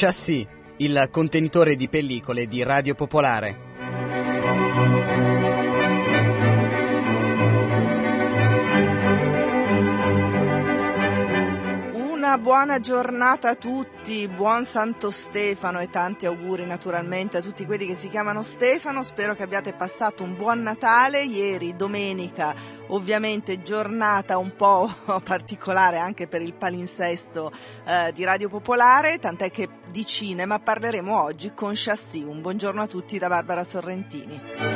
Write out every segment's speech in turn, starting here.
Chassis, il contenitore di pellicole di Radio Popolare. Una buona giornata a tutti, buon Santo Stefano e tanti auguri naturalmente a tutti quelli che si chiamano Stefano. Spero che abbiate passato un buon Natale. Ieri, domenica, ovviamente giornata un po' particolare anche per il palinsesto di Radio Popolare, tant'è che di cinema parleremo oggi con Chassis. Un buongiorno a tutti da Barbara Sorrentini.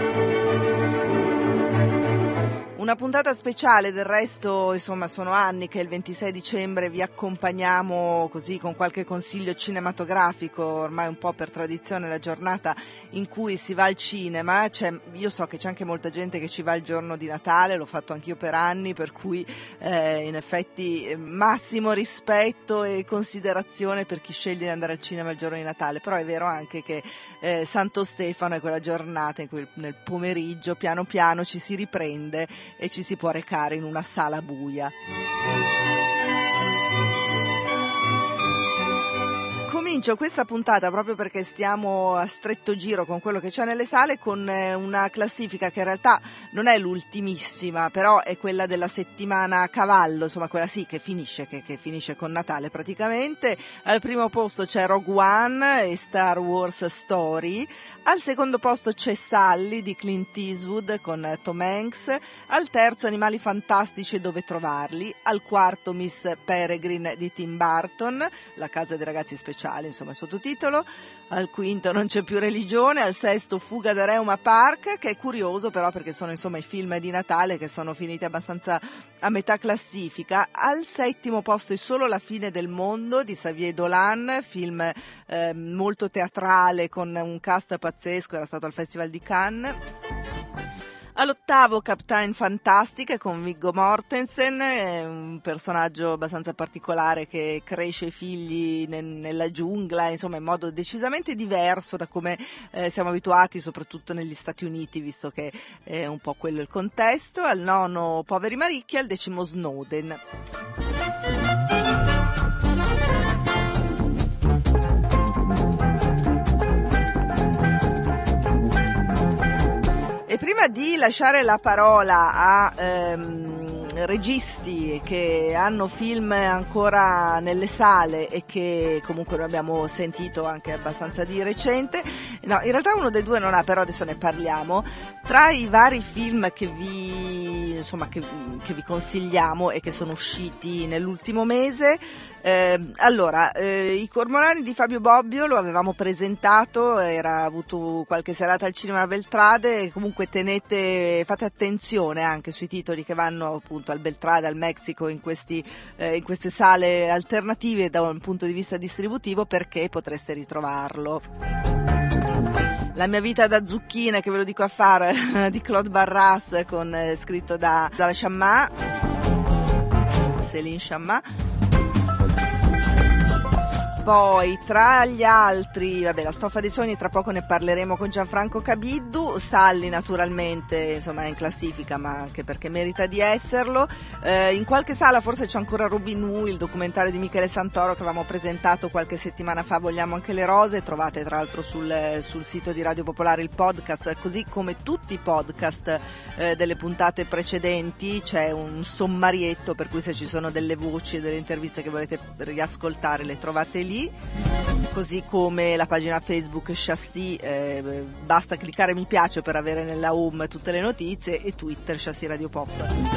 Una puntata speciale, del resto, insomma, sono anni che il 26 dicembre vi accompagniamo così con qualche consiglio cinematografico, ormai un po' per tradizione la giornata in cui si va al cinema. Io so che c'è anche molta gente che ci va il giorno di Natale, l'ho fatto anch'io per anni, per cui in effetti massimo rispetto e considerazione per chi sceglie di andare al cinema il giorno di Natale, però è vero anche che Santo Stefano è quella giornata in cui nel pomeriggio piano piano ci si riprende e ci si può recare in una sala buia. Comincio questa puntata proprio perché stiamo a stretto giro con quello che c'è nelle sale, con una classifica che in realtà non è l'ultimissima, però è quella della settimana a cavallo, insomma quella sì che finisce con Natale praticamente. Al primo posto c'è Rogue One e Star Wars Story, al secondo posto c'è Sully di Clint Eastwood con Tom Hanks, al terzo Animali fantastici e dove trovarli, al quarto Miss Peregrine di Tim Burton, La casa dei ragazzi speciali, insomma il sottotitolo, al quinto Non c'è più religione, al sesto Fuga da Reuma Park, che è curioso però perché sono insomma i film di Natale che sono finiti abbastanza a metà classifica. Al settimo posto è Solo la fine del mondo di Xavier Dolan, film molto teatrale con un cast pazzesco, era stato al Festival di Cannes. All'ottavo Captain Fantastic con Viggo Mortensen, un personaggio abbastanza particolare che cresce i figli nella giungla, insomma in modo decisamente diverso da come siamo abituati, soprattutto negli Stati Uniti, visto che è un po' quello il contesto. Al nono Poveri ma ricchi, al decimo Snowden. E prima di lasciare la parola a registi che hanno film ancora nelle sale e che comunque noi abbiamo sentito anche abbastanza di recente, no, in realtà uno dei due non ha, però adesso ne parliamo. Tra i vari film che vi consigliamo e che sono usciti nell'ultimo mese, I Cormorani di Fabio Bobbio lo avevamo presentato, era avuto qualche serata al cinema a Beltrade. Comunque fate attenzione anche sui titoli che vanno appunto al Beltrade, al Mexico, in queste sale alternative da un punto di vista distributivo, perché potreste ritrovarlo. La mia vita da zucchine, che ve lo dico a fare, di Claude Barras, scritto da Céline Sciamma. Poi tra gli altri, La stoffa dei sogni, tra poco ne parleremo con Gianfranco Cabiddu. Sully naturalmente, insomma, è in classifica, ma anche perché merita di esserlo. In qualche sala forse c'è ancora Robin Hood, il documentario di Michele Santoro che avevamo presentato qualche settimana fa, Vogliamo anche le rose. Trovate tra l'altro sul sito di Radio Popolare il podcast, così come tutti i podcast delle puntate precedenti. C'è un sommarietto, per cui se ci sono delle voci e delle interviste che volete riascoltare le trovate lì. Così come la pagina Facebook Chassis, basta cliccare mi piace per avere nella home tutte le notizie, e Twitter Chassis Radio Pop.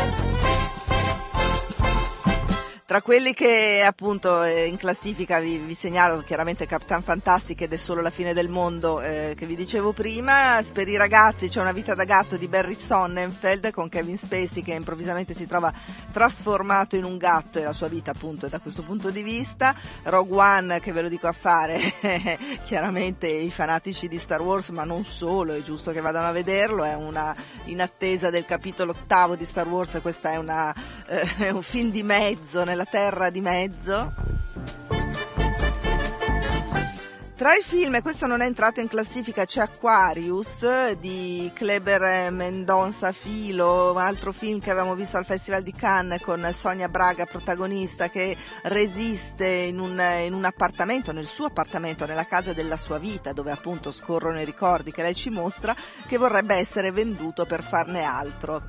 Tra quelli che appunto in classifica vi segnalo chiaramente Capitan Fantastic ed È solo la fine del mondo, che vi dicevo prima. Per i ragazzi c'è Una vita da gatto di Barry Sonnenfeld con Kevin Spacey, che improvvisamente si trova trasformato in un gatto, e la sua vita appunto è da questo punto di vista. Rogue One, che ve lo dico a fare, chiaramente i fanatici di Star Wars, ma non solo, è giusto che vadano a vederlo, è una in attesa del capitolo 8 di Star Wars. Questa è un film di mezzo, nella terra di mezzo. Tra i film, e questo non è entrato in classifica, c'è Aquarius di Kleber Mendonça Filho, un altro film che avevamo visto al Festival di Cannes con Sonia Braga protagonista, che resiste in un appartamento, nel suo appartamento, nella casa della sua vita, dove appunto scorrono i ricordi che lei ci mostra, che vorrebbe essere venduto per farne altro.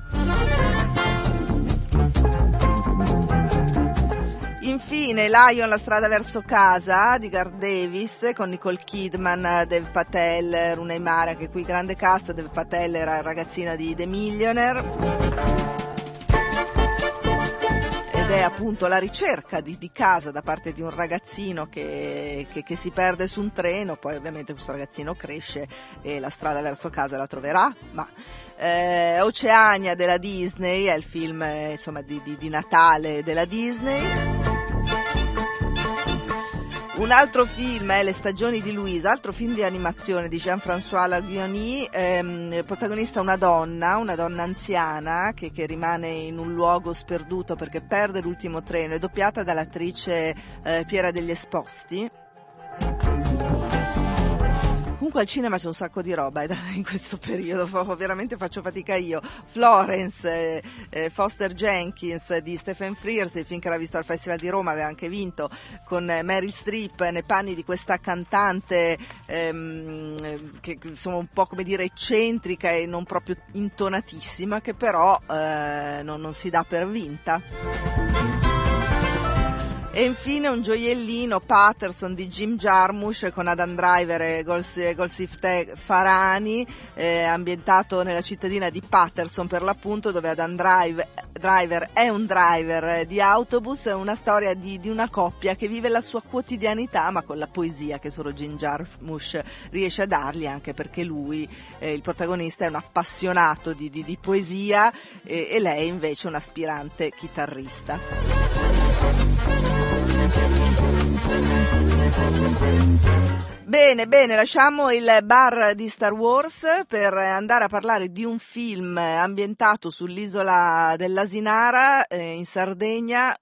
Infine Lion, la strada verso casa di Garth Davis con Nicole Kidman, Dev Patel, Rooney Mara, anche qui grande cast. Dev Patel era il ragazzino di The Millionaire ed è appunto la ricerca di casa da parte di un ragazzino che si perde su un treno. Poi ovviamente questo ragazzino cresce e la strada verso casa la troverà, ma Oceania della Disney è il film insomma di Natale della Disney. Un altro film è Le stagioni di Louisa, altro film di animazione di Jean-François Laguioni, protagonista una donna anziana che rimane in un luogo sperduto perché perde l'ultimo treno, è doppiata dall'attrice Piera degli Esposti. Comunque al cinema c'è un sacco di roba in questo periodo, veramente faccio fatica io. Florence, Foster Jenkins di Stephen Frears, il film che era visto al Festival di Roma, aveva anche vinto, con Meryl Streep nei panni di questa cantante che insomma un po' come dire eccentrica e non proprio intonatissima, che però non si dà per vinta. E infine un gioiellino, Patterson di Jim Jarmusch con Adam Driver e Golshifteh Farahani, ambientato nella cittadina di Patterson per l'appunto, dove Adam Driver è un driver di autobus. È una storia di una coppia che vive la sua quotidianità ma con la poesia che solo Jim Jarmusch riesce a dargli, anche perché lui, il protagonista, è un appassionato di poesia e lei invece un aspirante chitarrista. Bene, lasciamo il bar di Star Wars per andare a parlare di un film ambientato sull'isola dell'Asinara in Sardegna,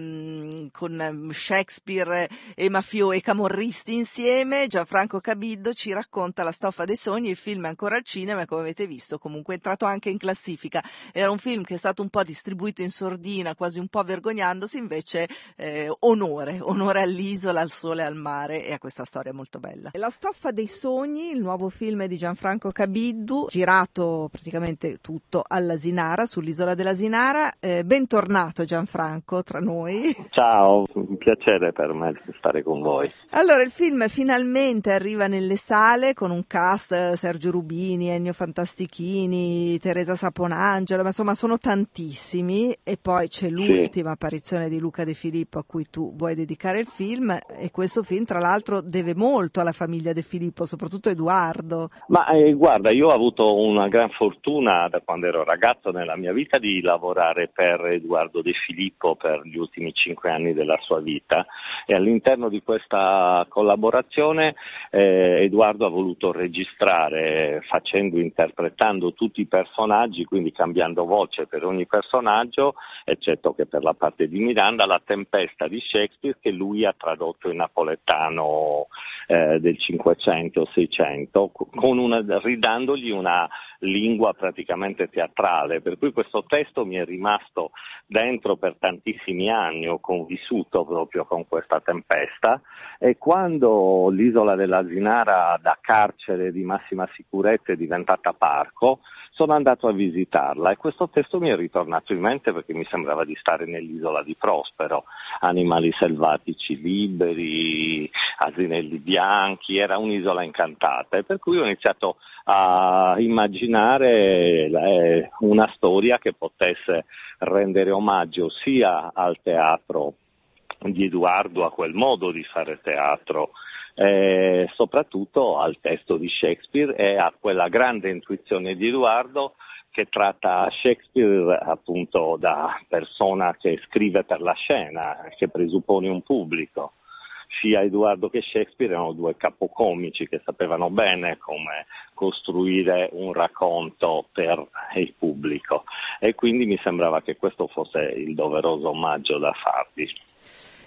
con Shakespeare e camorristi insieme. Gianfranco Cabiddo ci racconta La stoffa dei sogni. Il film è ancora al cinema e, come avete visto, comunque è entrato anche in classifica. Era un film che è stato un po' distribuito in sordina, quasi un po' vergognandosi, invece onore all'isola, al sole e al mare, e a questa storia molto bella. La stoffa dei sogni, il nuovo film di Gianfranco Cabiddu, girato praticamente tutto all'Asinara, sull'isola dell'Asinara. Bentornato Gianfranco tra noi. Ciao, un piacere per me stare con voi. Allora, il film finalmente arriva nelle sale con un cast: Sergio Rubini, Ennio Fantastichini, Teresa Saponangelo, ma insomma sono tantissimi. E poi c'è l'ultima apparizione di Luca De Filippo, a cui tu vuoi dedicare il film, e questo film tra l'altro deve molto alla famiglia De Filippo, soprattutto Edoardo. Ma guarda, io ho avuto una gran fortuna da quando ero ragazzo nella mia vita di lavorare per Edoardo De Filippo per gli ultimi 5 anni della sua vita, e all'interno di questa collaborazione Edoardo ha voluto registrare interpretando tutti i personaggi, quindi cambiando voce per ogni personaggio, eccetto che per la parte di Miranda, La tempesta di Shakespeare, che lui ha tradotto in napoletano del 500-600, ridandogli una lingua praticamente teatrale, per cui questo testo mi è rimasto dentro per tantissimi anni. Ho convissuto proprio con questa tempesta, e quando l'isola dell'Asinara da carcere di massima sicurezza è diventata parco, sono andato a visitarla, e questo testo mi è ritornato in mente perché mi sembrava di stare nell'isola di Prospero: animali selvatici liberi, asinelli bianchi, era un'isola incantata, e per cui ho iniziato a immaginare una storia che potesse rendere omaggio sia al teatro di Edoardo, a quel modo di fare teatro, soprattutto al testo di Shakespeare e a quella grande intuizione di Edoardo, che tratta Shakespeare appunto da persona che scrive per la scena, che presuppone un pubblico. Sia Edoardo che Shakespeare erano due capocomici che sapevano bene come costruire un racconto per il pubblico, e quindi mi sembrava che questo fosse il doveroso omaggio da fargli.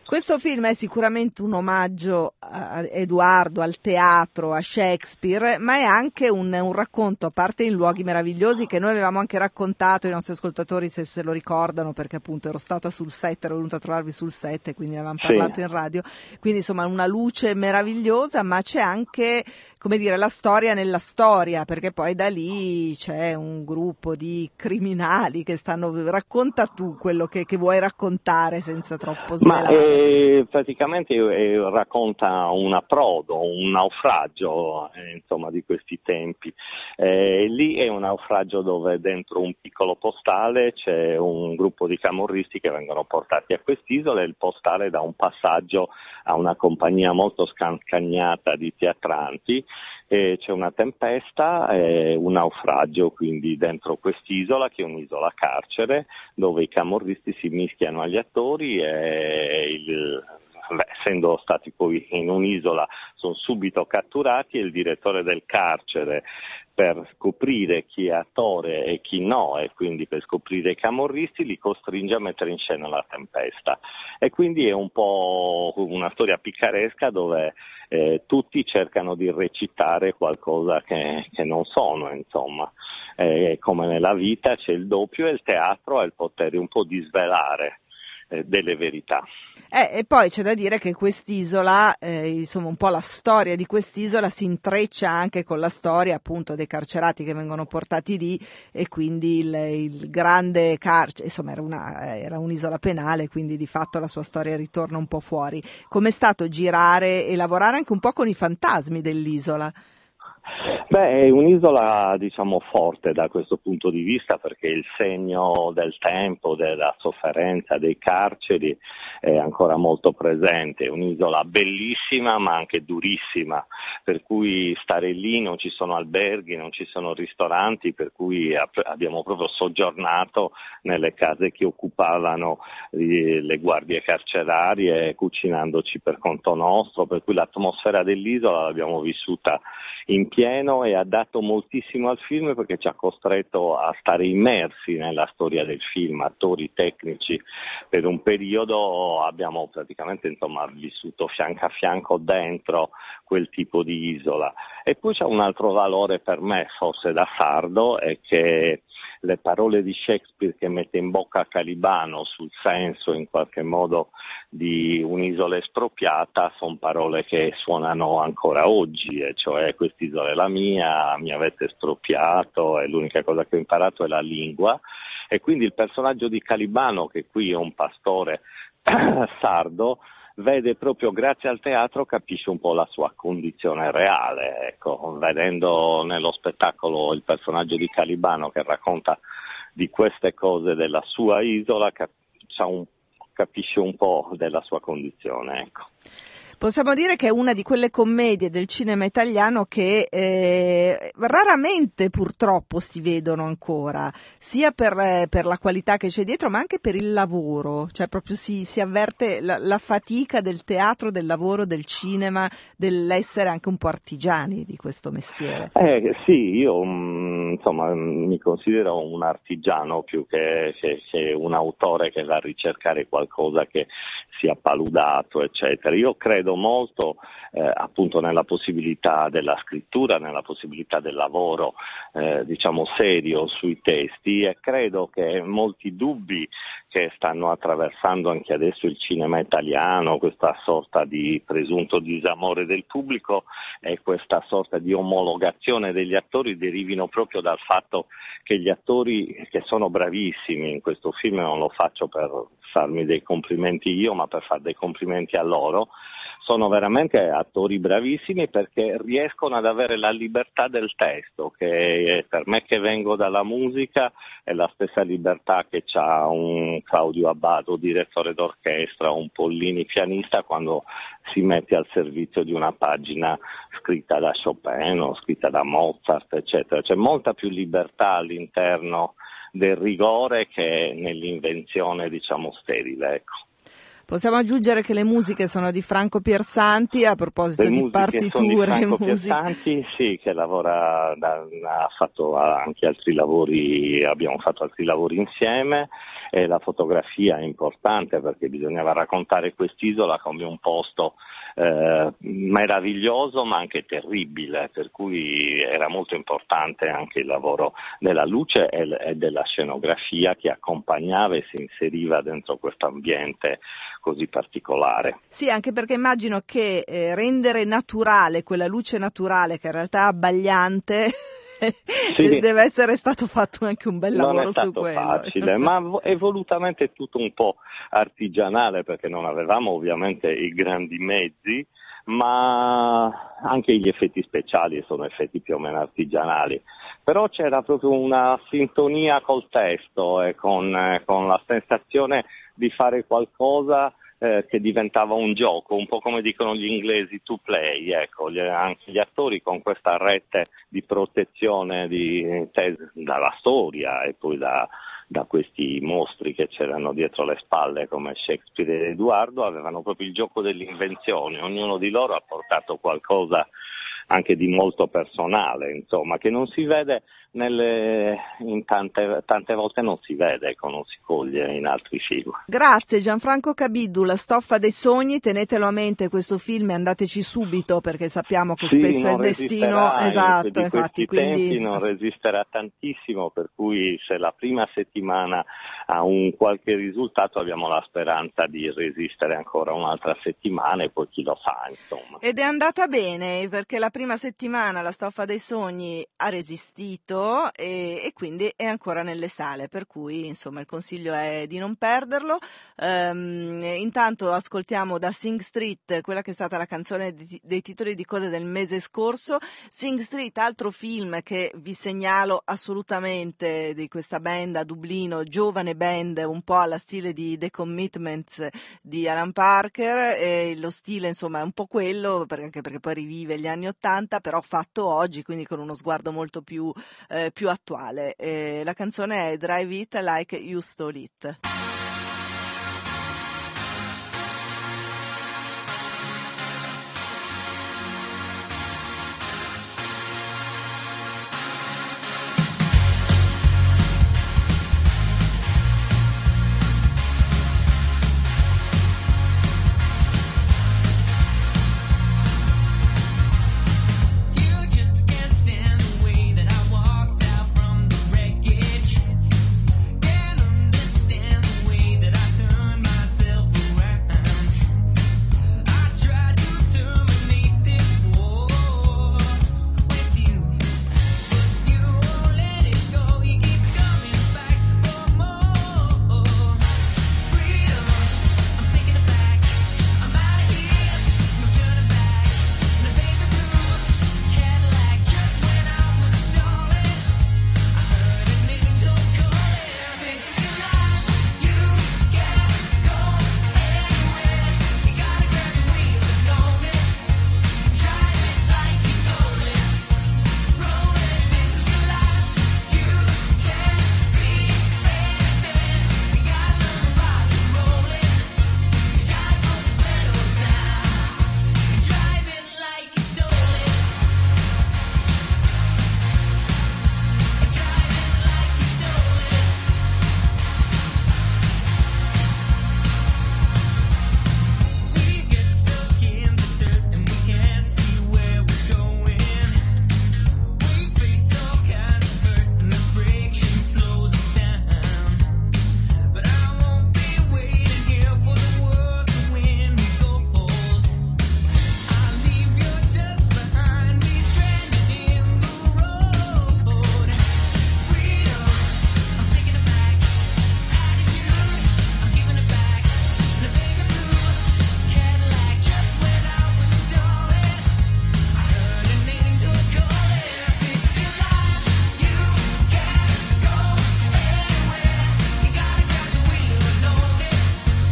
Questo film è sicuramente un omaggio a Edoardo, al teatro, a Shakespeare, ma è anche un racconto, a parte in luoghi meravigliosi, che noi avevamo anche raccontato ai nostri ascoltatori, se lo ricordano, perché appunto ero stata sul set, ero venuta a trovarvi sul set e quindi ne avevamo parlato in radio, quindi insomma una luce meravigliosa, ma c'è anche, come dire, la storia nella storia, perché poi da lì c'è un gruppo di criminali che racconta tu quello che vuoi raccontare senza troppo svelare. Praticamente racconta un approdo, un naufragio insomma di questi tempi. Lì è un naufragio dove dentro un piccolo postale c'è un gruppo di camorristi che vengono portati a quest'isola e il postale dà un passaggio a una compagnia molto scancagnata di teatranti. C'è una tempesta, un naufragio quindi dentro quest'isola che è un'isola carcere dove i camorristi si mischiano agli attori e essendo stati poi in un'isola sono subito catturati e il direttore del carcere, per scoprire chi è attore e chi no, e quindi per scoprire i camorristi, li costringe a mettere in scena la tempesta. E quindi è un po' una storia picaresca dove tutti cercano di recitare qualcosa che non sono, insomma. Come nella vita c'è il doppio e il teatro ha il potere un po' di svelare delle verità. E poi c'è da dire che quest'isola, insomma un po' la storia di quest'isola si intreccia anche con la storia appunto dei carcerati che vengono portati lì e quindi il grande carcere, insomma era un'isola penale, quindi di fatto la sua storia ritorna un po' fuori. Com'è stato girare e lavorare anche un po' con i fantasmi dell'isola? È un'isola diciamo forte da questo punto di vista perché il segno del tempo, della sofferenza, dei carceri è ancora molto presente, è un'isola bellissima ma anche durissima, per cui stare lì non ci sono alberghi, non ci sono ristoranti, per cui abbiamo proprio soggiornato nelle case che occupavano le guardie carcerarie cucinandoci per conto nostro, per cui l'atmosfera dell'isola l'abbiamo vissuta in pieno e ha dato moltissimo al film perché ci ha costretto a stare immersi nella storia del film, attori, tecnici. Per un periodo abbiamo praticamente vissuto fianco a fianco dentro quel tipo di isola. E poi c'è un altro valore per me, forse da sardo, è che le parole di Shakespeare che mette in bocca a Calibano sul senso in qualche modo di un'isola espropriata sono parole che suonano ancora oggi, e cioè quest'isola è la mia, mi avete espropriato e l'unica cosa che ho imparato è la lingua. E quindi il personaggio di Calibano, che qui è un pastore sardo, vede proprio grazie al teatro, capisce un po' la sua condizione reale, ecco, vedendo nello spettacolo il personaggio di Calibano che racconta di queste cose della sua isola, capisce un po' della sua condizione, ecco. Possiamo dire che è una di quelle commedie del cinema italiano che raramente purtroppo si vedono ancora, sia per la qualità che c'è dietro, ma anche per il lavoro, cioè proprio si avverte la fatica del teatro, del lavoro, del cinema, dell'essere anche un po' artigiani di questo mestiere. Sì, io mi considero un artigiano più che un autore che va a ricercare qualcosa che sia paludato, eccetera. Io credo molto appunto nella possibilità della scrittura, nella possibilità del lavoro serio sui testi, e credo che molti dubbi che stanno attraversando anche adesso il cinema italiano, questa sorta di presunto disamore del pubblico e questa sorta di omologazione degli attori derivino proprio dal fatto che gli attori, che sono bravissimi in questo film, non lo faccio per farmi dei complimenti io, ma per fare dei complimenti a loro, sono veramente attori bravissimi perché riescono ad avere la libertà del testo, che per me che vengo dalla musica è la stessa libertà che c'ha un Claudio Abbado, direttore d'orchestra, un Pollini pianista, quando si mette al servizio di una pagina scritta da Chopin o scritta da Mozart, eccetera. C'è molta più libertà all'interno del rigore che nell'invenzione, sterile, ecco. Possiamo aggiungere che le musiche sono di Franco Piersanti, a proposito di partiture e musiche. Piersanti, sì, che lavora, ha fatto anche altri lavori, abbiamo fatto altri lavori insieme, e la fotografia è importante perché bisognava raccontare quest'isola come un posto meraviglioso ma anche terribile, per cui era molto importante anche il lavoro della luce e della scenografia che accompagnava e si inseriva dentro questo ambiente così particolare. Sì, anche perché immagino che rendere naturale quella luce naturale che in realtà è abbagliante sì, deve essere stato fatto anche un bel lavoro su quello. Non è stato facile, ma è volutamente tutto un po' artigianale, perché non avevamo ovviamente i grandi mezzi, ma anche gli effetti speciali sono effetti più o meno artigianali. Però c'era proprio una sintonia col testo e con la sensazione di fare qualcosa che diventava un gioco, un po' come dicono gli inglesi, to play, ecco, anche gli attori con questa rete di protezione dalla storia e poi da questi mostri che c'erano dietro le spalle come Shakespeare ed Edoardo, avevano proprio il gioco dell'invenzione, ognuno di loro ha portato qualcosa anche di molto personale, insomma, che non si vede tante volte non si vede, ecco, non si coglie in altri film. Grazie Gianfranco Cabiddu, La stoffa dei sogni, tenetelo a mente questo film e andateci subito perché sappiamo che spesso è il destino, esatto, infatti, quindi tempi non resisterà tantissimo, per cui se la prima settimana ha un qualche risultato abbiamo la speranza di resistere ancora un'altra settimana e poi chi lo sa, insomma. Ed è andata bene perché la prima settimana La stoffa dei sogni ha resistito e quindi è ancora nelle sale, per cui insomma il consiglio è di non perderlo. Intanto ascoltiamo da Sing Street quella che è stata la canzone dei titoli di coda del mese scorso. Sing Street, altro film che vi segnalo assolutamente, di questa band a Dublino, giovane band un po' alla stile di The Commitments di Alan Parker, e lo stile insomma è un po' quello, anche perché poi rivive gli anni '80 però fatto oggi, quindi con uno sguardo molto più attuale. La canzone è Drive It Like You Stole It.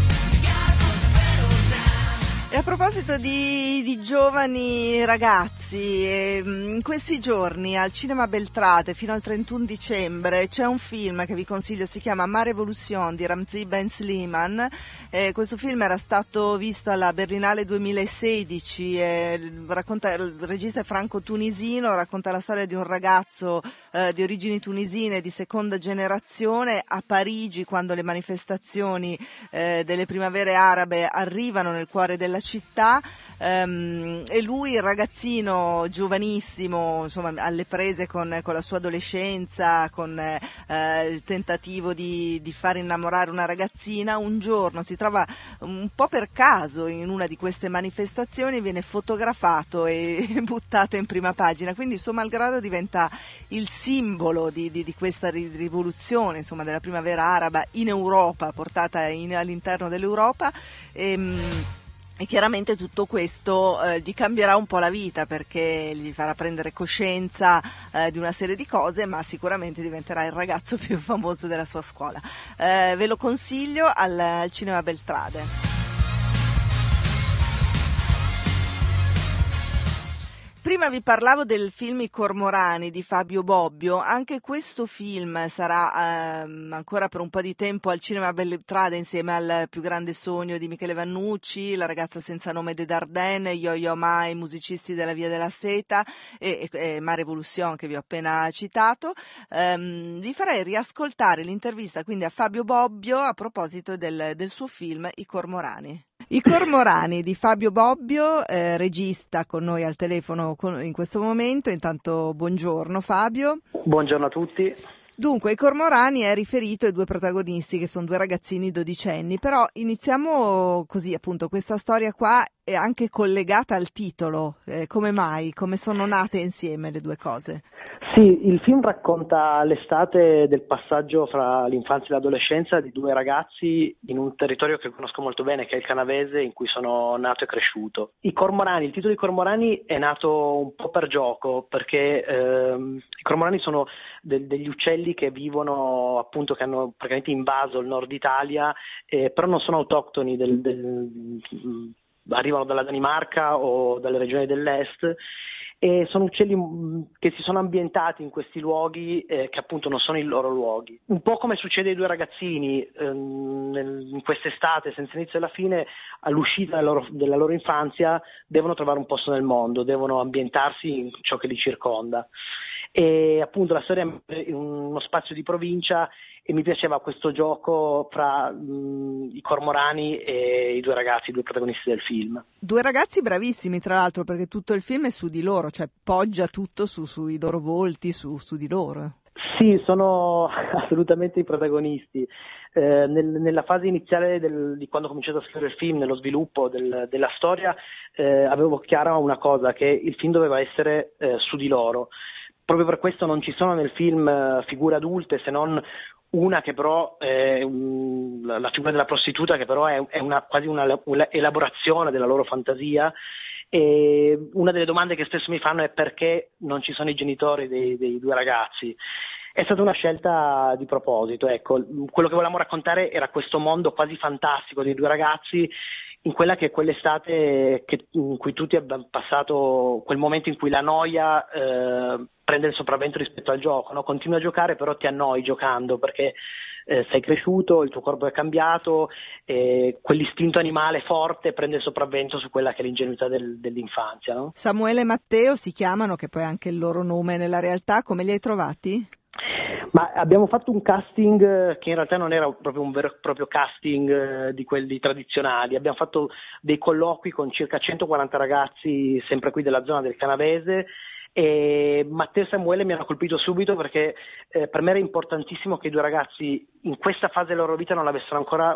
A proposito di giovani ragazzi Sì, in questi giorni al Cinema Beltrade fino al 31 dicembre c'è un film che vi consiglio, si chiama Ma Revolution di Ramzi Ben Sliman. Questo film era stato visto alla Berlinale 2016, il regista è franco-tunisino, racconta la storia di un ragazzo di origini tunisine di seconda generazione a Parigi, quando le manifestazioni delle primavere arabe arrivano nel cuore della città, e lui, il ragazzino giovanissimo, insomma alle prese con la sua adolescenza, con il tentativo di far innamorare una ragazzina, un giorno si trova un po' per caso in una di queste manifestazioni, viene fotografato e buttato in prima pagina, quindi suo malgrado diventa il simbolo di questa rivoluzione, insomma, della primavera araba in Europa, portata all'interno dell'Europa. E chiaramente tutto questo gli cambierà un po' la vita, perché gli farà prendere coscienza di una serie di cose, ma sicuramente diventerà il ragazzo più famoso della sua scuola. Ve lo consiglio al Cinema Beltrade. Prima vi parlavo del film I Cormorani di Fabio Bobbio. Anche questo film sarà ancora per un po' di tempo al Cinema Beltrade, insieme al Più grande sogno di Michele Vannucci, La ragazza senza nome de Dardenne, Yo-Yo Ma, i musicisti della Via della Seta e Ma Revolution, che vi ho appena citato. Vi farei riascoltare l'intervista quindi a Fabio Bobbio a proposito del suo film I Cormorani. I Cormorani di Fabio Bobbio, regista con noi al telefono in questo momento. Intanto buongiorno Fabio. Buongiorno a tutti. Dunque, I Cormorani è riferito ai due protagonisti, che sono due ragazzini dodicenni, però iniziamo così, appunto, questa storia qua è anche collegata al titolo. Come mai? Come sono nate insieme le due cose? Sì, il film racconta l'estate del passaggio fra l'infanzia e l'adolescenza di due ragazzi in un territorio che conosco molto bene, che è il Canavese, in cui sono nato e cresciuto. I Cormorani, il titolo di Cormorani è nato un po' per gioco, perché i Cormorani sono degli uccelli che vivono, appunto, che hanno praticamente invaso il nord Italia, però non sono autoctoni arrivano dalla Danimarca o dalle regioni dell'est, e sono uccelli che si sono ambientati in questi luoghi che appunto non sono i loro luoghi. Un po' come succede ai due ragazzini in quest'estate, senza inizio e la fine, all'uscita della loro infanzia, devono trovare un posto nel mondo, devono ambientarsi in ciò che li circonda. E appunto la storia è in uno spazio di provincia, e mi piaceva questo gioco fra i Cormorani e i due ragazzi, i due protagonisti del film. Due ragazzi bravissimi, tra l'altro, perché tutto il film è su di loro, cioè poggia tutto sui loro volti, su di loro. Sì, sono assolutamente i protagonisti. Nella fase iniziale di quando ho cominciato a scrivere il film, nello sviluppo della storia, avevo chiara una cosa, che il film doveva essere su di loro. Proprio per questo non ci sono nel film figure adulte, se non una che però è la figura della prostituta, che però è quasi una elaborazione della loro fantasia. E una delle domande che spesso mi fanno è perché non ci sono i genitori dei due ragazzi. È stata una scelta di proposito, ecco. Quello che volevamo raccontare era questo mondo quasi fantastico dei due ragazzi, in quella che è quell'estate in cui tutti abbiamo passato, quel momento in cui la noia prende il sopravvento rispetto al gioco, no? Continui a giocare, però ti annoi giocando, perché sei cresciuto, il tuo corpo è cambiato, quell'istinto animale forte prende il sopravvento su quella che è l'ingenuità dell'infanzia, no? Samuele e Matteo si chiamano, che poi è anche il loro nome nella realtà. Come li hai trovati? Ma abbiamo fatto un casting che in realtà non era proprio un vero e proprio casting di quelli tradizionali. Abbiamo fatto dei colloqui con circa 140 ragazzi, sempre qui della zona del Canavese, e Matteo e Samuele mi hanno colpito subito, perché per me era importantissimo che i due ragazzi in questa fase della loro vita non avessero ancora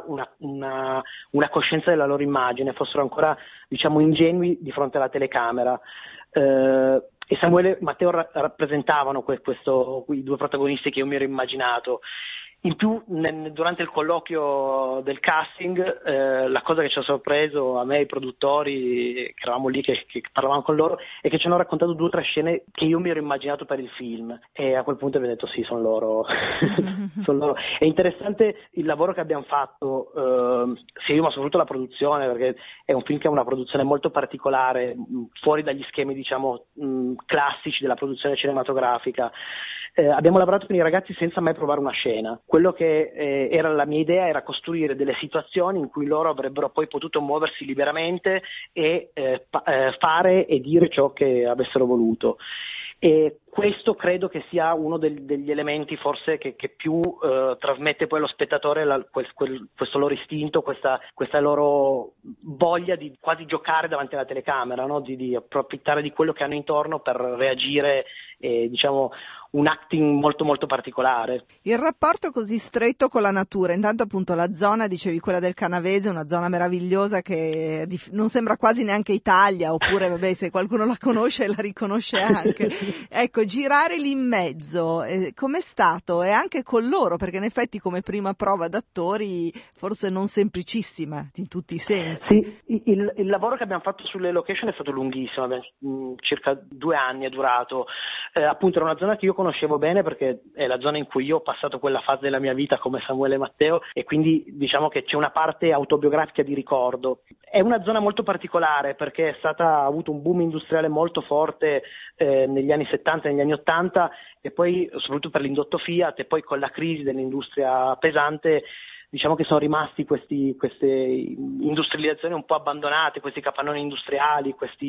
una coscienza della loro immagine, fossero ancora, diciamo, ingenui di fronte alla telecamera. E Samuele e Matteo rappresentavano i due protagonisti che io mi ero immaginato. In più, durante il colloquio del casting, la cosa che ci ha sorpreso a me e ai produttori, che eravamo lì, che parlavamo con loro, è che ci hanno raccontato 2 o 3 scene che io mi ero immaginato per il film, e a quel punto abbiamo detto sì, sono loro. Sono loro. È interessante il lavoro che abbiamo fatto, sia io ma soprattutto la produzione, perché è un film che ha una produzione molto particolare, fuori dagli schemi diciamo classici della produzione cinematografica. Abbiamo lavorato con i ragazzi senza mai provare una scena. Quello che era la mia idea era costruire delle situazioni in cui loro avrebbero poi potuto muoversi liberamente e fare e dire ciò che avessero voluto. E questo credo che sia uno degli elementi forse che più trasmette poi allo spettatore questo loro istinto, questa loro voglia di quasi giocare davanti alla telecamera, no? di approfittare di quello che hanno intorno per reagire, diciamo un acting molto molto particolare. Il rapporto così stretto con la natura, intanto appunto la zona, dicevi quella del Canavese, una zona meravigliosa che non sembra quasi neanche Italia, oppure vabbè se qualcuno la conosce la riconosce anche. Ecco, girare lì in mezzo, com'è stato? E anche con loro, perché in effetti come prima prova d'attori forse non semplicissima in tutti i sensi. Sì, il lavoro che abbiamo fatto sulle location è stato lunghissimo, circa 2 anni è durato. Appunto era una zona che io conoscevo bene perché è la zona in cui io ho passato quella fase della mia vita come Samuele Matteo, e quindi diciamo che c'è una parte autobiografica di ricordo. È una zona molto particolare perché ha avuto un boom industriale molto forte negli anni 70 e negli anni 80, e poi soprattutto per l'indotto Fiat, e poi con la crisi dell'industria pesante diciamo che sono rimasti queste industrializzazioni un po' abbandonate, questi capannoni industriali,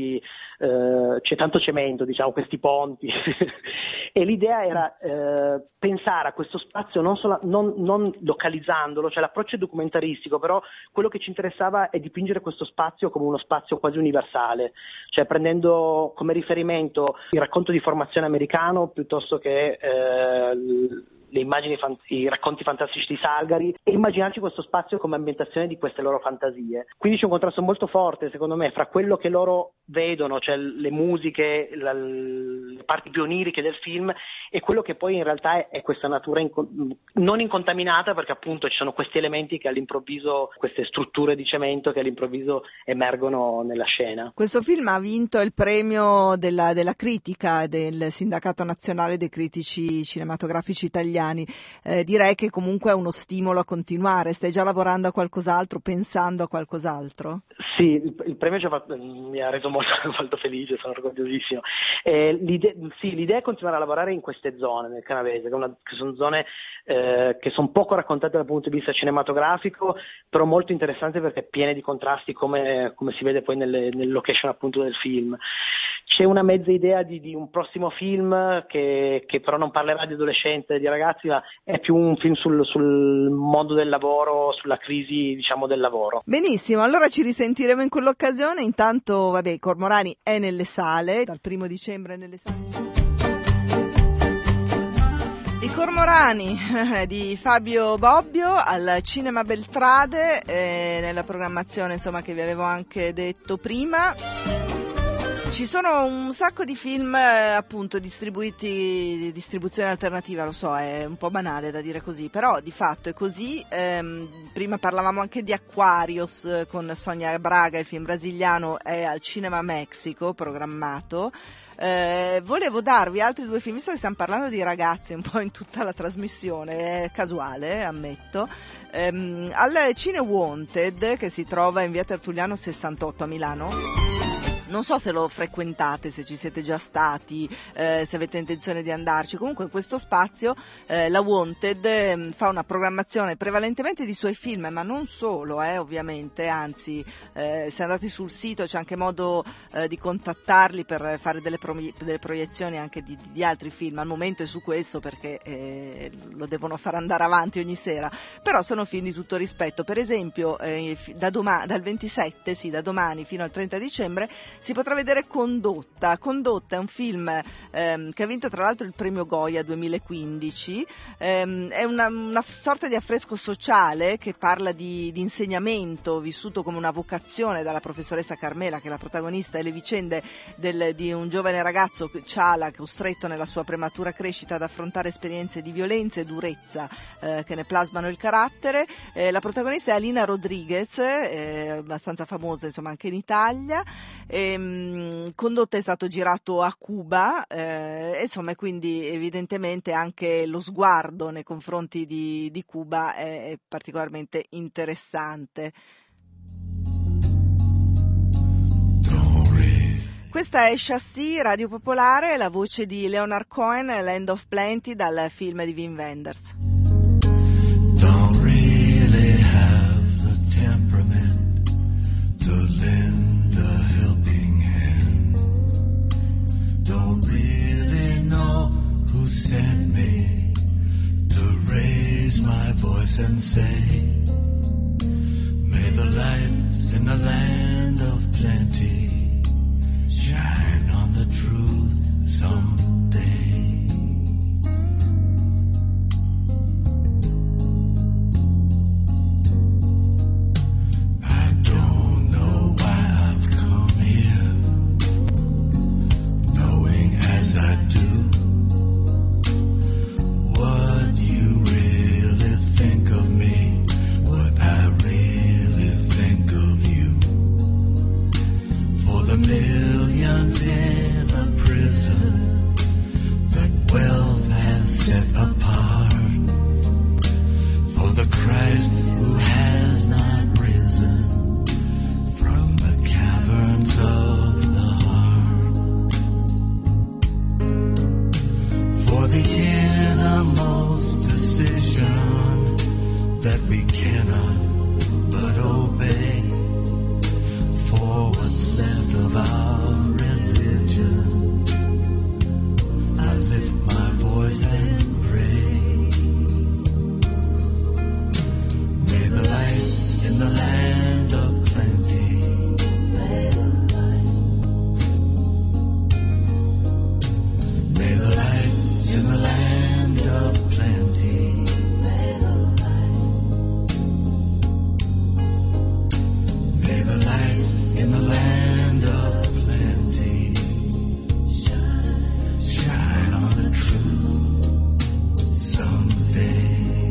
c'è tanto cemento, diciamo, questi ponti. E l'idea era pensare a questo spazio non localizzandolo, cioè l'approccio è documentaristico, però quello che ci interessava è dipingere questo spazio come uno spazio quasi universale, cioè prendendo come riferimento il racconto di formazione americano piuttosto che le immagini, i racconti fantastici di Salgari, e immaginarci questo spazio come ambientazione di queste loro fantasie. Quindi c'è un contrasto molto forte, secondo me, fra quello che loro vedono, cioè le musiche, le parti più oniriche del film, e quello che poi in realtà è questa natura non incontaminata, perché appunto ci sono questi elementi che all'improvviso, queste strutture di cemento che all'improvviso emergono nella scena. Questo film ha vinto il premio della critica del Sindacato Nazionale dei Critici Cinematografici Italiani. Direi che comunque è uno stimolo a continuare. Stai già lavorando a qualcos'altro, pensando a qualcos'altro? Sì, il premio mi ha reso molto, molto felice, sono orgogliosissimo. L'idea è continuare a lavorare in queste zone nel Canavese, che sono zone che sono poco raccontate dal punto di vista cinematografico, però molto interessanti perché piene di contrasti, come si vede poi nelle location appunto del film. C'è una mezza idea di un prossimo film che però non parlerà di adolescenza e di ragazzi, ma è più un film sul mondo del lavoro, sulla crisi, diciamo, del lavoro. Benissimo, allora ci risentiremo in quell'occasione. Intanto, vabbè, Cormorani è nelle sale, dal 1° dicembre nelle sale. I Cormorani di Fabio Bobbio al Cinema Beltrade, nella programmazione insomma che vi avevo anche detto prima. Ci sono un sacco di film appunto distribuiti di distribuzione alternativa, lo so, è un po' banale da dire così, però di fatto è così. Prima parlavamo anche di Aquarius con Sonia Braga, il film brasiliano è al Cinema Mexico programmato. Volevo darvi altri 2 film, visto che stiamo parlando di ragazzi un po' in tutta la trasmissione, è casuale, ammetto. Al Cine Wanted, che si trova in via Tertulliano 68 a Milano. Non so se lo frequentate, se ci siete già stati, se avete intenzione di andarci. Comunque in questo spazio la Wanted fa una programmazione prevalentemente di suoi film, ma non solo, ovviamente, anzi se andate sul sito c'è anche modo di contattarli per fare delle proiezioni anche di altri film. Al momento è su questo perché lo devono far andare avanti ogni sera, però sono film di tutto rispetto. Per esempio dal 27, sì, da domani fino al 30 dicembre si potrà vedere Condotta. Condotta è un film che ha vinto tra l'altro il premio Goya 2015, è una sorta di affresco sociale che parla di insegnamento vissuto come una vocazione dalla professoressa Carmela, che è la protagonista, e le vicende di un giovane ragazzo, Ciala, costretto nella sua prematura crescita ad affrontare esperienze di violenza e durezza che ne plasmano il carattere. La protagonista è Alina Rodriguez, abbastanza famosa insomma anche in Italia. Condotta è stato girato a Cuba, insomma, e quindi evidentemente anche lo sguardo nei confronti di Cuba è particolarmente interessante. Questa è Chassis, Radio Popolare, la voce di Leonard Cohen, Land of Plenty, dal film di Wim Wenders. Don't really have the temperament to lend a helping hand. Don't really know who sent me to raise my voice and say, may the lights in the land of plenty shine on the truth someday. I don't know why I've come here, knowing as I do what you really think of me, what I really think of you. For the millions in a prison that wealth has set apart, for the Christ who has not risen from the caverns of the heart, for the innermost decision that we cannot but obey, for what's left of our religion, I lift my voice and pray. May the lights in the land of plenty, may the lights in the land of plenty, may the lights in the land of plenty shine on the truth someday.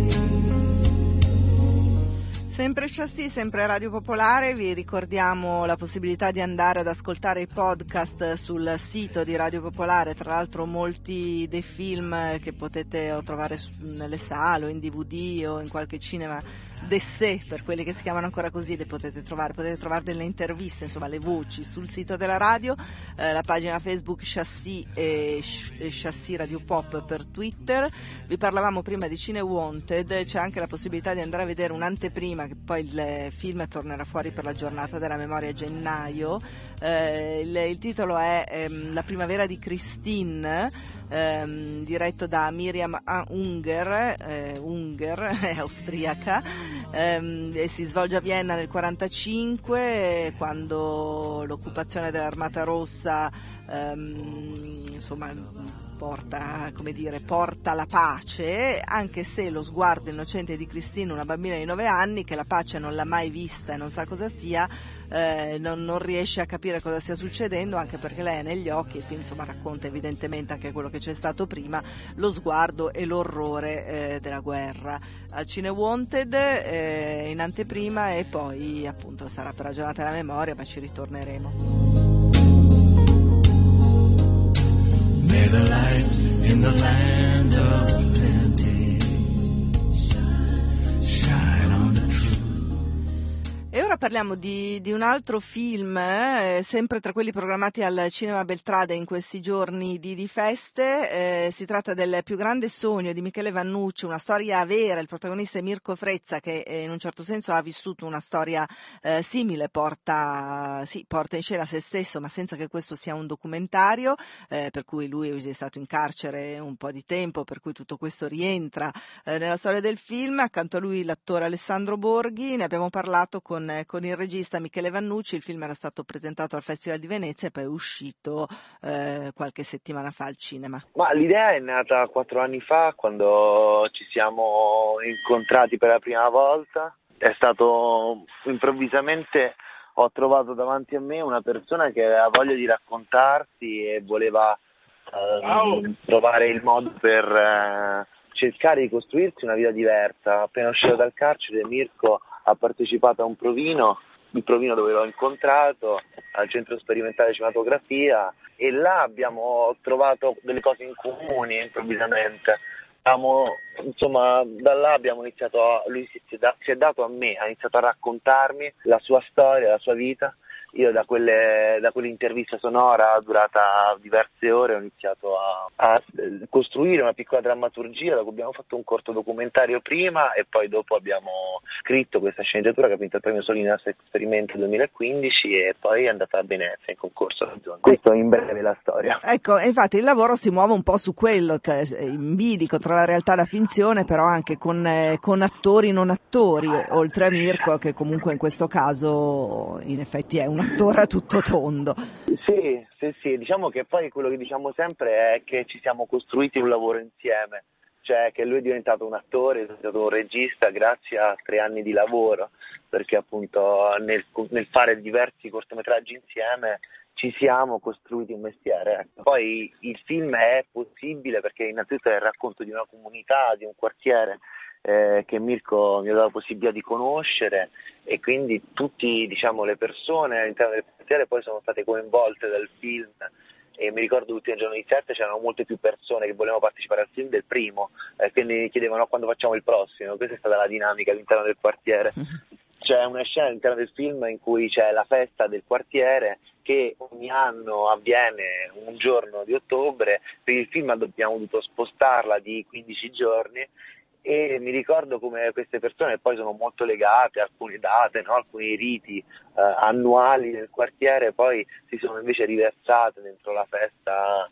Sempre Chassis, sempre Radio Popolare, vi ricordiamo la possibilità di andare ad ascoltare i podcast sul sito di Radio Popolare, tra l'altro molti dei film che potete trovare nelle sale o in DVD o in qualche cinema d'essè, per quelli che si chiamano ancora così, le potete trovare delle interviste, insomma le voci sul sito della radio, la pagina Facebook Chassis e Chassis Radio Pop per Twitter. Vi parlavamo prima di Cine Wanted, c'è anche la possibilità di andare a vedere un'anteprima, che poi il film tornerà fuori per la giornata della memoria a gennaio. Il titolo è La primavera di Christine, diretto da Miriam Unger, è austriaca, e si svolge a Vienna nel 1945, quando l'occupazione dell'Armata Rossa insomma porta la pace, anche se lo sguardo innocente di Christine, una bambina di 9 anni che la pace non l'ha mai vista e non sa cosa sia, non riesce a capire cosa stia succedendo, anche perché lei è negli occhi. Il film insomma racconta evidentemente anche quello che c'è stato prima, lo sguardo e l'orrore della guerra. Al Cine Wanted in anteprima, e poi appunto sarà per la giornata della memoria, ma ci ritorneremo. May the light in the land of plenty shine on the truth. E ora parliamo di un altro film, sempre tra quelli programmati al Cinema Beltrade in questi giorni di feste. Si tratta del Più grande sogno di Michele Vannucci, una storia vera. Il protagonista è Mirko Frezza, che in un certo senso ha vissuto una storia simile, porta in scena se stesso, ma senza che questo sia un documentario, per cui lui è stato in carcere un po' di tempo, per cui tutto questo rientra nella storia del film. Accanto a lui l'attore Alessandro Borghi. Ne abbiamo parlato con con il regista Michele Vannucci. Il film era stato presentato al Festival di Venezia e poi è uscito qualche settimana fa al cinema. Ma l'idea è nata 4 anni fa, quando ci siamo incontrati per la prima volta. È stato improvvisamente, ho trovato davanti a me una persona che aveva voglia di raccontarsi e voleva trovare il modo per cercare di costruirsi una vita diversa. Appena uscito dal carcere, Mirko ha partecipato a un provino, il provino dove l'ho incontrato al Centro Sperimentale di Cinematografia, e là abbiamo trovato delle cose in comune improvvisamente. Insomma, da là abbiamo iniziato, lui si è dato a me, ha iniziato a raccontarmi la sua storia, la sua vita. Io da quell'intervista sonora durata diverse ore ho iniziato a costruire una piccola drammaturgia, da cui abbiamo fatto un corto documentario prima e poi dopo abbiamo scritto questa sceneggiatura che ha vinto il premio Solinas Esperimento 2015 e poi è andata a Venezia in concorso alla zona. Questo in breve la storia. Ecco, infatti il lavoro si muove un po' su quello, in bilico tra la realtà e la finzione, però anche con attori non attori, oltre a Mirko che comunque in questo caso in effetti è un attore a tutto tondo. Sì, diciamo che poi quello che diciamo sempre è che ci siamo costruiti un lavoro insieme, cioè che lui è diventato un attore, è diventato un regista grazie a 3 anni di lavoro, perché appunto nel fare diversi cortometraggi insieme ci siamo costruiti un mestiere. Ecco. Poi il film è possibile perché innanzitutto è il racconto di una comunità, di un quartiere che Mirko mi ha dato la possibilità di conoscere, e quindi tutti, diciamo, le persone all'interno del quartiere poi sono state coinvolte dal film, e mi ricordo l'ultimo giorno di set c'erano molte più persone che volevano partecipare al film del primo, quindi mi chiedevano quando facciamo il prossimo. Questa è stata la dinamica all'interno del quartiere. C'è una scena all'interno del film in cui c'è la festa del quartiere che ogni anno avviene un giorno di ottobre. Per il film abbiamo dovuto spostarla di 15 giorni, e mi ricordo come queste persone poi sono molto legate a alcune date, no? Alcuni riti annuali del quartiere poi si sono invece riversate dentro la festa,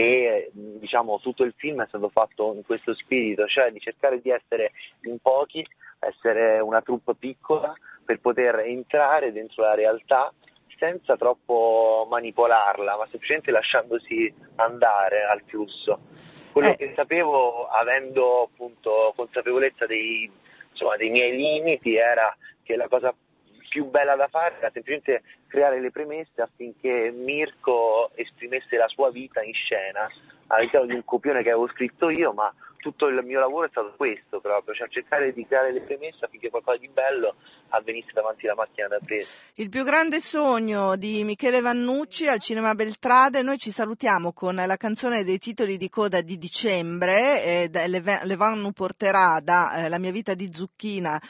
e diciamo tutto il film è stato fatto in questo spirito, cioè di cercare di essere in pochi, essere una troupe piccola per poter entrare dentro la realtà senza troppo manipolarla, ma semplicemente lasciandosi andare al flusso. Quello che sapevo, avendo appunto consapevolezza dei miei limiti, era che la cosa più bella da fare era semplicemente creare le premesse affinché Mirko esprimesse la sua vita in scena all'interno di un copione che avevo scritto io, ma tutto il mio lavoro è stato questo proprio, cioè cercare di creare le premesse affinché qualcosa di bello avvenisse davanti alla macchina da presa. Il più grande sogno di Michele Vannucci al Cinema Beltrade. Noi ci salutiamo con la canzone dei titoli di coda di dicembre, Le Van nous porterà da La mia vita di zucchina,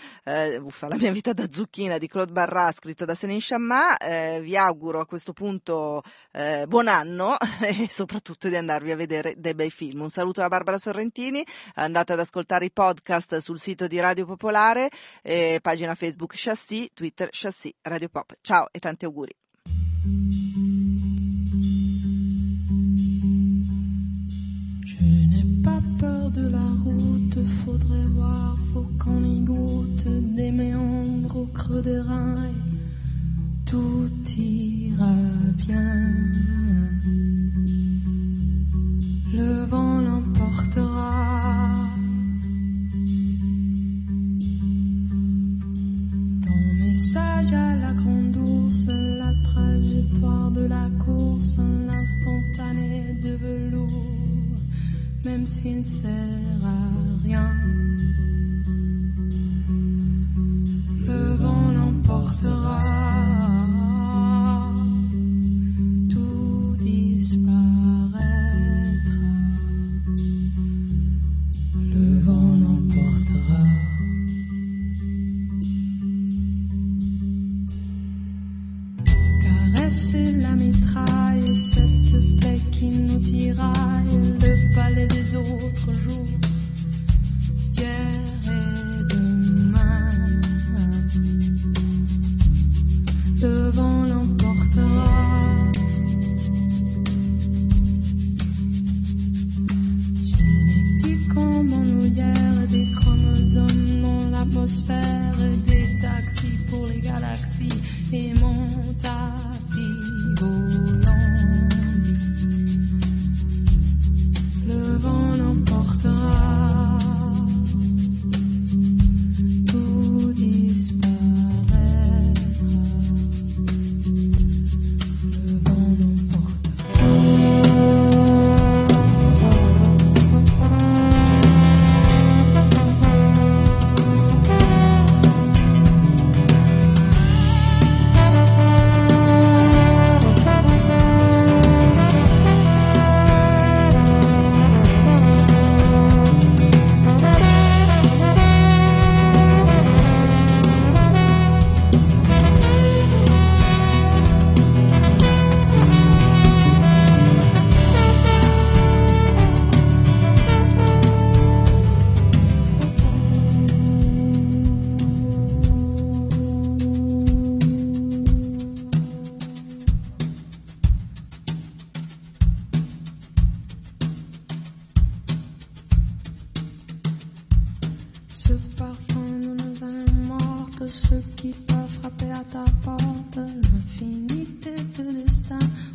La mia vita da zucchina di Claude Barras, scritto da Céline Sciamma. Vi auguro a questo punto buon anno e soprattutto di andarvi a vedere dei bei film. Un saluto da Barbara Sorrentini. Andate ad ascoltare i podcast sul sito di Radio Popolare, pagina Facebook Chassis, Twitter Chassis Radio Pop. Ciao e tanti auguri. Je n'ai pas peur de la route, faudrait voir, faut qu'on y goûte, des méandres au creux des reins, tout ira bien. Le vent l'emportera. Ton message à la grande ours, la trajectoire de la course, l'instantané de velours, même s'il ne sert à rien. Le vent l'emportera. C'est la mitraille, cette plaie qui nous tiraille, le palais des autres jours, d'hier et demain. Le vent l'emportera. Génétique comme en hier, des chromosomes dans l'atmosphère, des taxis pour les galaxies. Ce parfum de nos âmes mortes, ceux qui peuvent frapper à ta porte, l'infinité de destin.